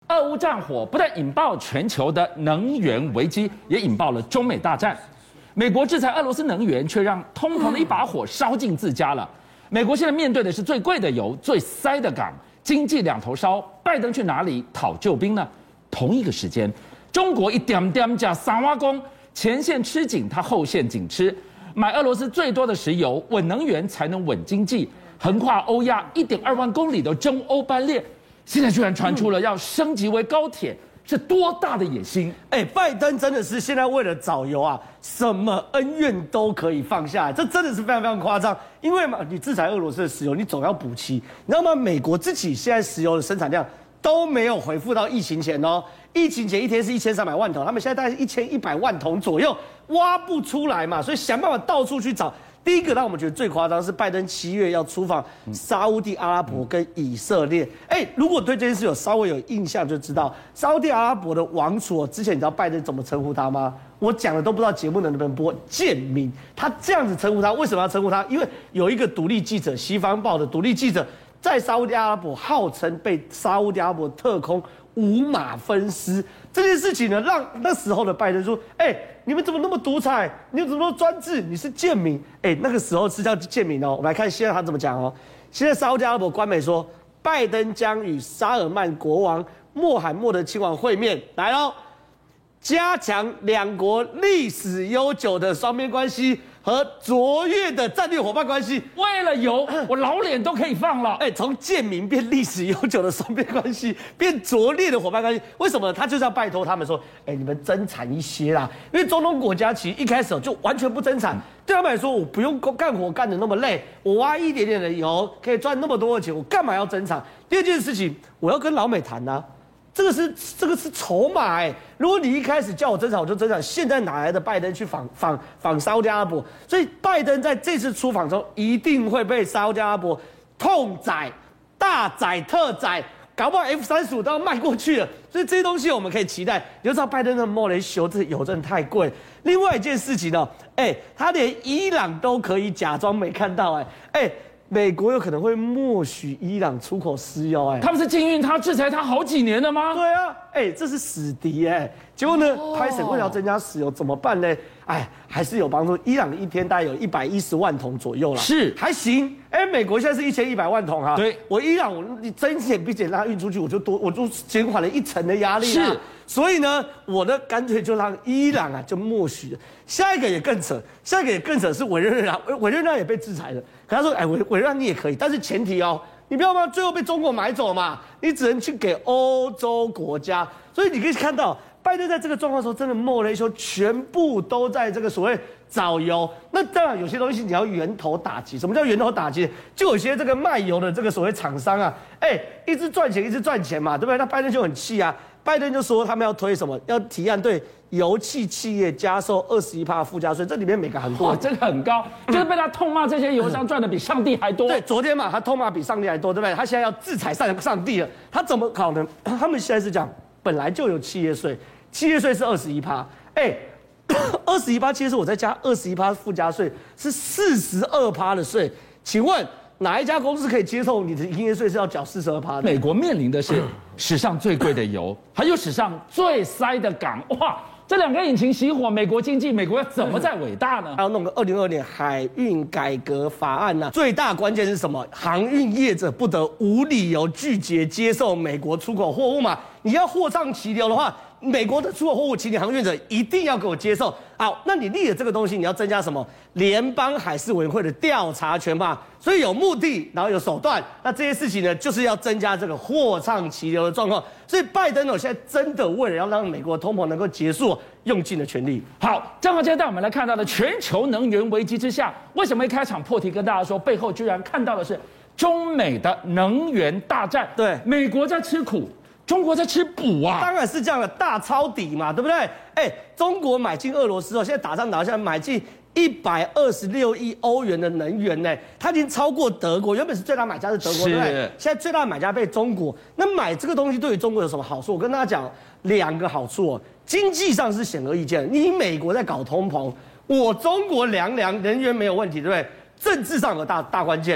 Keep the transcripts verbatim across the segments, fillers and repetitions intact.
俄乌战火不但引爆全球的能源危机，也引爆了中美大战。美国制裁俄罗斯能源，却让通膨的一把火烧进自家了。美国现在面对的是最贵的油、最塞的港，经济两头烧。拜登去哪里讨救兵呢？同一个时间，中国一点点加三挖工，前线吃紧，他后线紧吃，买俄罗斯最多的石油，稳能源才能稳经济。横跨欧亚一点二万公里的中欧班列，现在居然传出了要升级为高铁。是多大的野心？ 哎，拜登真的是现在为了找油啊，什么恩怨都可以放下来，这真的是非常非常夸张。因为嘛，你制裁俄罗斯的石油，你总要补齐，你知道吗？美国自己现在石油的生产量都没有恢复到疫情前哦，疫情前一天是一千三百万桶，他们现在大概一千一百万桶左右，挖不出来嘛，所以想办法到处去找。第一个让我们觉得最夸张是拜登七月要出访沙烏地阿拉伯跟以色列。哎，如果对这件事有稍微有印象，就知道沙烏地阿拉伯的王储，之前你知道拜登怎么称呼他吗？我讲的都不知道節目能不能播。贱民，他这样子称呼他，为什么要称呼他？因为有一个独立記者，西方報的獨立記者，在沙烏地阿拉伯號稱被沙烏地阿拉伯特空五馬分屍这件事情呢，让那时候的拜登说：“哎、欸，你们怎么那么独裁？你怎么那么专制？你是贱民！”哎、欸，那个时候是叫贱民哦。我们来看现在他怎么讲哦。现在沙烏地阿拉伯官媒说，拜登将与沙尔曼国王穆罕默德亲王会面，来喽，加强两国历史悠久的双边关系和卓越的战略伙伴关系。 为了油，我老脸都可以放了。 哎，从贱民变历史悠久的双边关系，变拙劣的伙伴关系，为什么？他就是要拜托他们说，哎，你们增产一些啦。因为中东国家其实一开始就完全不增产，对他们来说，我不用干活干得那么累，我挖一点点的油可以赚那么多的钱，我干嘛要增产？第二件事情，我要跟老美谈啊。这个是这个是筹码哎！如果你一开始叫我增产，我就增产。现在哪来的拜登去访访访沙烏地阿拉伯？所以拜登在这次出访中一定会被沙烏地阿拉伯痛宰、大宰、特宰，搞不好 F 三十五都要卖过去了。所以这些东西我们可以期待。你就知道拜登的莫雷修这油真的太贵。另外一件事情呢、哦，哎，他连伊朗都可以假装没看到哎哎。美国有可能会默许伊朗出口石油，哎， 他们是禁运他、制裁他好几年了吗？ 对啊，哎，这是死敌哎。结果呢，拍审为了要增加石油怎么办呢？哎，还是有帮助。伊朗一天大概有一百一十万桶左右啦， 是还行。哎，美国现在是一千一百万桶哈， 对， 我伊朗我你增减比减让它运出去，我就多我就减缓了一成的压力是。 所以呢，我呢干脆就让伊朗啊就默许了。下一个也更扯，下一个也更扯是委内瑞拉，委内瑞拉也被制裁了。可他说，哎，委委内瑞拉你也可以，但是前提哦，你不要把最后被中国买走嘛，你只能去给欧洲国家。所以你可以看到，拜登在这个状况的时候，真的莫雷修全部都在这个所谓找油。那当然有些东西你要源头打击。什么叫源头打击？就有些这个卖油的这个所谓厂商啊，哎，一直赚钱，一直赚钱嘛，对不对？那拜登就很气啊。拜登就说他们要推什么？要提案对油气企业加收二十一趴附加税，这里面每个很多， 这个很高，就是被他痛骂这些油商赚的比上帝还多。 对，昨天嘛，他痛骂比上帝还多，对不对？他现在要制裁上上帝了，他怎么搞呢？他们现在是讲本来就有企业税，企业税是二十一趴，哎，二十一趴企业税我再加二十一趴附加税是四十二趴的税，请问？哪一家公司可以接受你的营业税是要缴四十二趴的？ 美国面临的是史上最贵的油，还有史上最塞的港，哇！这两个引擎熄火，美国经济，美国要怎么再伟大呢？ 还要弄个二零二二年海运改革法案呢、啊？最大关键是什么？航运业者不得无理由拒绝接受美国出口货物嘛？你要货畅其流的话，美国的出口货物，请你航运者一定要给我接受。好，那你立了这个东西，你要增加什么？联邦海事委员会的调查权嘛？所以有目的，然后有手段。那这些事情呢，就是要增加这个货畅其流的状况。所以拜登呢，现在真的为了要让美国通膨能够结束，用尽了全力。 好，正好接带我们来看到的全球能源危机之下，为什么一开场破题跟大家说，背后居然看到的是中美的能源大战？ 对， 美国在吃苦。中国在吃补啊， 当然是这样的，大抄底嘛，对不对？哎，中国买进俄罗斯哦，现在打仗打到现在买进一百二十六亿欧元的能源呢，它已经超过德国，原本是最大买家是德国，对不对？现在最大买家被中国，那买这个东西对于中国有什么好处？我跟大家讲两个好处哦，经济上是显而易见，你美国在搞通膨，我中国凉凉能源没有问题，对不对？政治上有大大关键。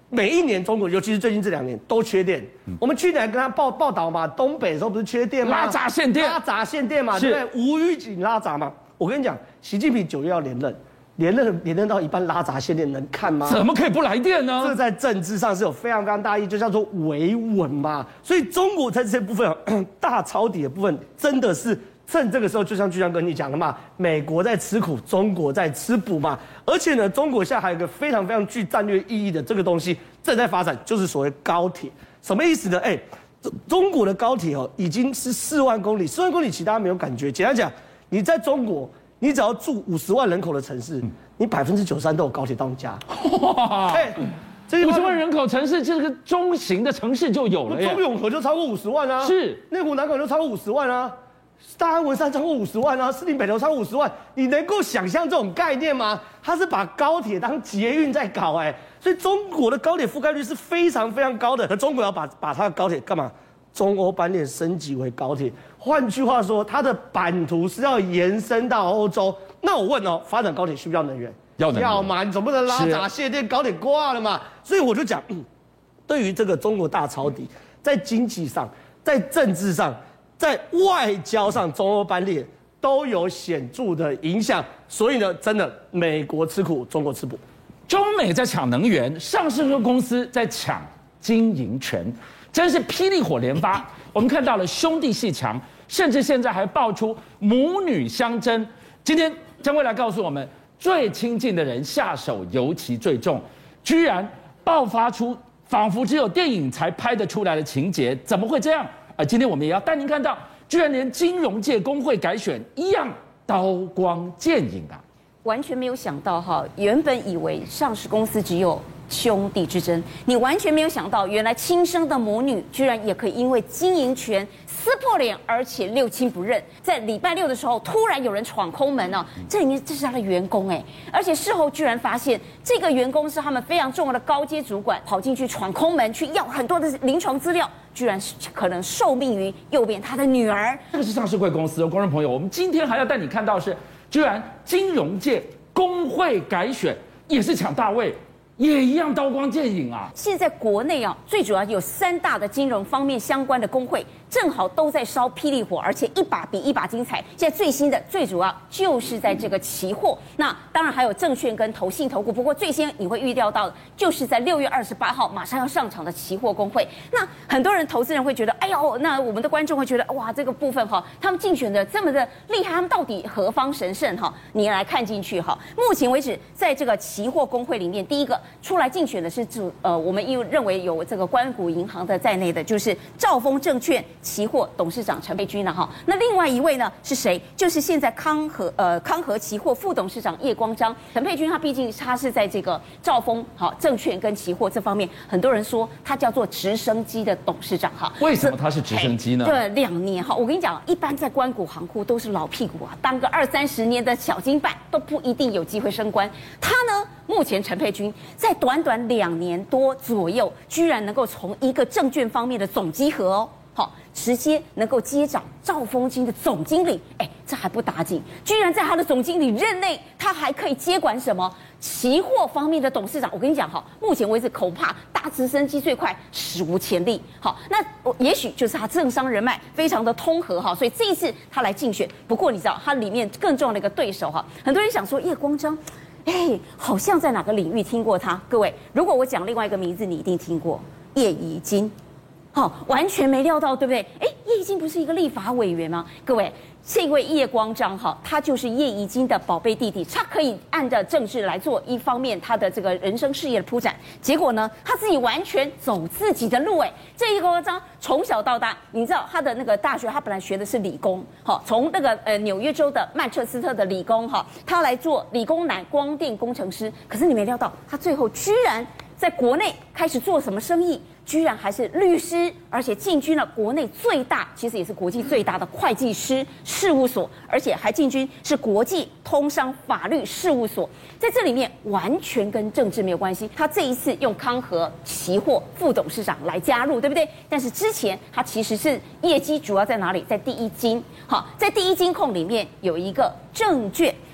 每一年中国，尤其是最近这两年都缺电。嗯、我们去年跟他报报道嘛，东北的时候不是缺电吗？ 拉闸限电， 拉闸限电嘛，对不对？无预警拉闸嘛。我跟你讲，习近平九月要连任，连任连任到一半拉闸限电能看吗？ 怎么可以不来电呢？ 这在政治上是有非常非常大意义，就叫做维稳嘛。所以中国在这些部分大抄底的部分，真的是。趁这个时候，就像巨强跟你讲的嘛，美国在吃苦，中国在吃补嘛。而且呢，中国现在还有一个非常非常具战略意义的这个东西正在发展，就是所谓高铁。什么意思呢？哎，中国的高铁哦，已经是四万公里，四万公里其他没有感觉。简单讲，你在中国，你只要住五十万人口的城市，你百分之九十三都有高铁到你家。哇！哎， 五十万人口城市，这个中型的城市就有了耶。 中永和就超过五十万啊， 是内湖南港就超过五十万啊。大安文山超过五十万啊，士林北投超过五十万，你能够想象这种概念吗？他是把高铁当捷运在搞哎、欸，所以中国的高铁覆盖率是非常非常高的。而中国要把把它的高铁干嘛？中欧班列升级为高铁，换句话说，它的版图是要延伸到欧洲。那我问哦，发展高铁需不需要能源？ 要能源， 要嘛，你总不能拉闸限电，高铁挂了嘛。所以我就讲，嗯、对于这个中国大抄底，在经济上，在政治上。在外交上，中欧班列都有显著的影响，所以呢，真的美国吃苦，中国吃补。 中美在抢能源，上市公司在抢经营权，真是霹雳火连发。我们看到了兄弟阋墙，甚至现在还爆出母女相争。今天将会来告诉我们，最亲近的人下手尤其最重，居然爆发出仿佛只有电影才拍得出来的情节，怎么会这样？啊，今天我们也要带您看到，居然连金融界工会改选一样刀光剑影啊！ 完全没有想到哈，原本以为上市公司只有兄弟之争，你完全没有想到，原来亲生的母女居然也可以因为经营权撕破脸，而且六亲不认。在礼拜六的时候，突然有人闯空门哦，这里面这是他的员工哎，而且事后居然发现这个员工是他们非常重要的高阶主管，跑进去闯空门去要很多的临床资料。居然是可能受命于右边他的女儿， 这个是上市贵公司哦，观众朋友，我们今天还要带你看到是，居然金融界工会改选也是抢大位，也一样刀光剑影啊！ 现在国内啊，最主要有三大的金融方面相关的工会，正好都在烧霹雳火，而且一把比一把精彩。现在最新的，最主要就是在这个期货，那当然还有证券跟投信投顾。不过最先你会预料到的，就是在六月二十八号马上要上场的期货工会。那很多人投资人会觉得，哎呦，那我们的观众会觉得，哇，这个部分哈，他们竞选的这么的厉害，他们到底何方神圣哈？你来看进去哈。目前为止，在这个期货工会里面，第一个出来竞选的是主呃，我们又认为有这个官股银行的在内的，就是兆丰证券期货董事长陈佩君了哈。那另外一位呢是谁？就是现在康和呃康和期货副董事长叶光章。陈佩君他毕竟他是在这个兆丰好证券跟期货这方面，很多人说他叫做直升机的董事长哈。 为什么他是直升机呢？ 对，两年哈，我跟你讲，一般在官股行库都是老屁股啊，当个二三十年的小金办都不一定有机会升官。他呢？目前陈佩君在短短两年多左右，居然能够从一个证券方面的总稽核哦，好，直接能够接掌兆丰金的总经理，哎，这还不打紧，居然在他的总经理任内，他还可以接管什么期货方面的董事长。我跟你讲哈，目前为止恐怕搭直升机最快史无前例。好，那也许就是他政商人脉非常的通和哈，所以这一次他来竞选。不过你知道，他里面更重要的一个对手哈，很多人想说叶光章。哎，好像在哪个领域听过他？各位，如果我讲另外一个名字，你一定听过叶宜津。好、哦，完全没料到，对不对？哎，叶宜津不是一个立法委员吗？各位，这位叶光章哈，他就是叶宜津的宝贝弟弟，他可以按照政治来做一方面他的这个人生事业的铺展。结果呢，他自己完全走自己的路。哎，这叶光章从小到大，你知道他的那个大学，他本来学的是理工，好，从那个呃纽约州的曼彻斯特的理工哈，他来做理工男光电工程师。可是你没料到，他最后居然在国内开始做什么生意？居然还是律师，而且进军了国内最大，其实也是国际最大的会计师事务所，而且还进军是国际通商法律事务所。在这里面完全跟政治没有关系。他这一次用康和期货副董事长来加入，对不对？但是之前他其实是业绩主要在哪里？在第一金，好，在第一金控里面有一个证券。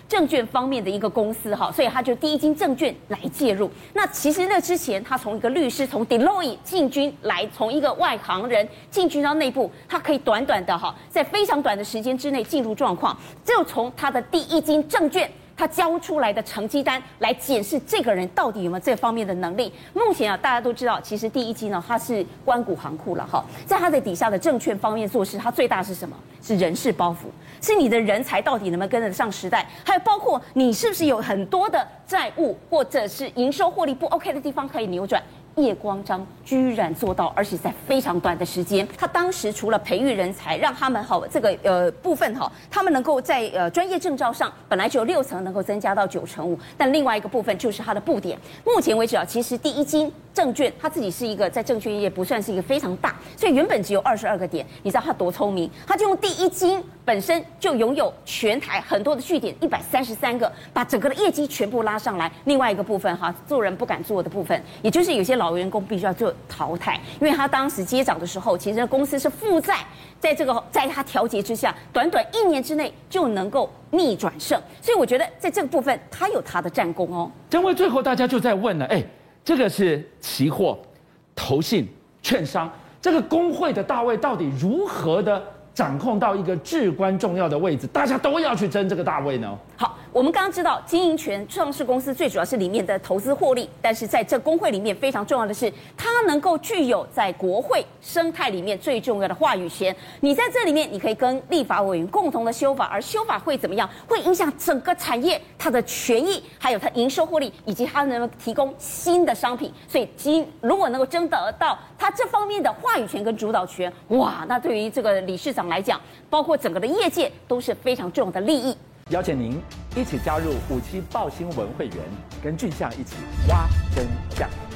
证券方面的一个公司哈，所以他就第一金证券来介入。那其实那之前，他从一个律师，从 Deloitte 进军来，从一个外行人进军到内部，他可以短短的哈，在非常短的时间之内进入状况，就从他的第一金证券。他交出来的成绩单来检视这个人到底有没有这方面的能力。目前啊，大家都知道，其实第一金呢，它是官股行库了哈，在它的底下的证券方面做事，它最大是什么？是人事包袱，是你的人才到底能不能跟得上时代，还有包括你是不是有很多的债务或者是营收获利不 OK 的地方可以扭转。叶光章居然做到，而且在非常短的时间，他当时除了培育人才，让他们哈这个呃部分哈，他们能够在呃专业证照上本来只有六层，能够增加到九成五，但另外一个部分就是他的布点。目前为止啊，其实第一金证券他自己是一个在证券业不算是一个非常大，所以原本只有二十二个点，你知道他多聪明？他就用第一金本身就拥有全台很多的据点，一百三十三个，把整个的业绩全部拉上来。另外一个部分哈，做人不敢做的部分，也就是有些老员工必须要做淘汰，因为他当时接掌的时候，其实公司是负债，在这个在他调节之下，短短一年之内就能够逆转胜，所以我觉得在这个部分他有他的战功哦。 因为最后大家就在问了，哎，这个是期货、投信、券商，这个工会的大位到底如何的掌控到一个至关重要的位置？大家都要去争这个大位呢？ 好。我们刚刚知道，经营权上市公司最主要是里面的投资获利，但是在这工会里面非常重要的是，它能够具有在国会生态里面最重要的话语权。你在这里面，你可以跟立法委员共同的修法，而修法会怎么样？会影响整个产业它的权益，还有它营收获利，以及它能够提供新的商品。所以，经如果能够争得到它这方面的话语权跟主导权，哇，那对于这个理事长来讲，包括整个的业界都是非常重要的利益。 邀请您一起加入五七报新闻会员，跟俊相一起挖真相。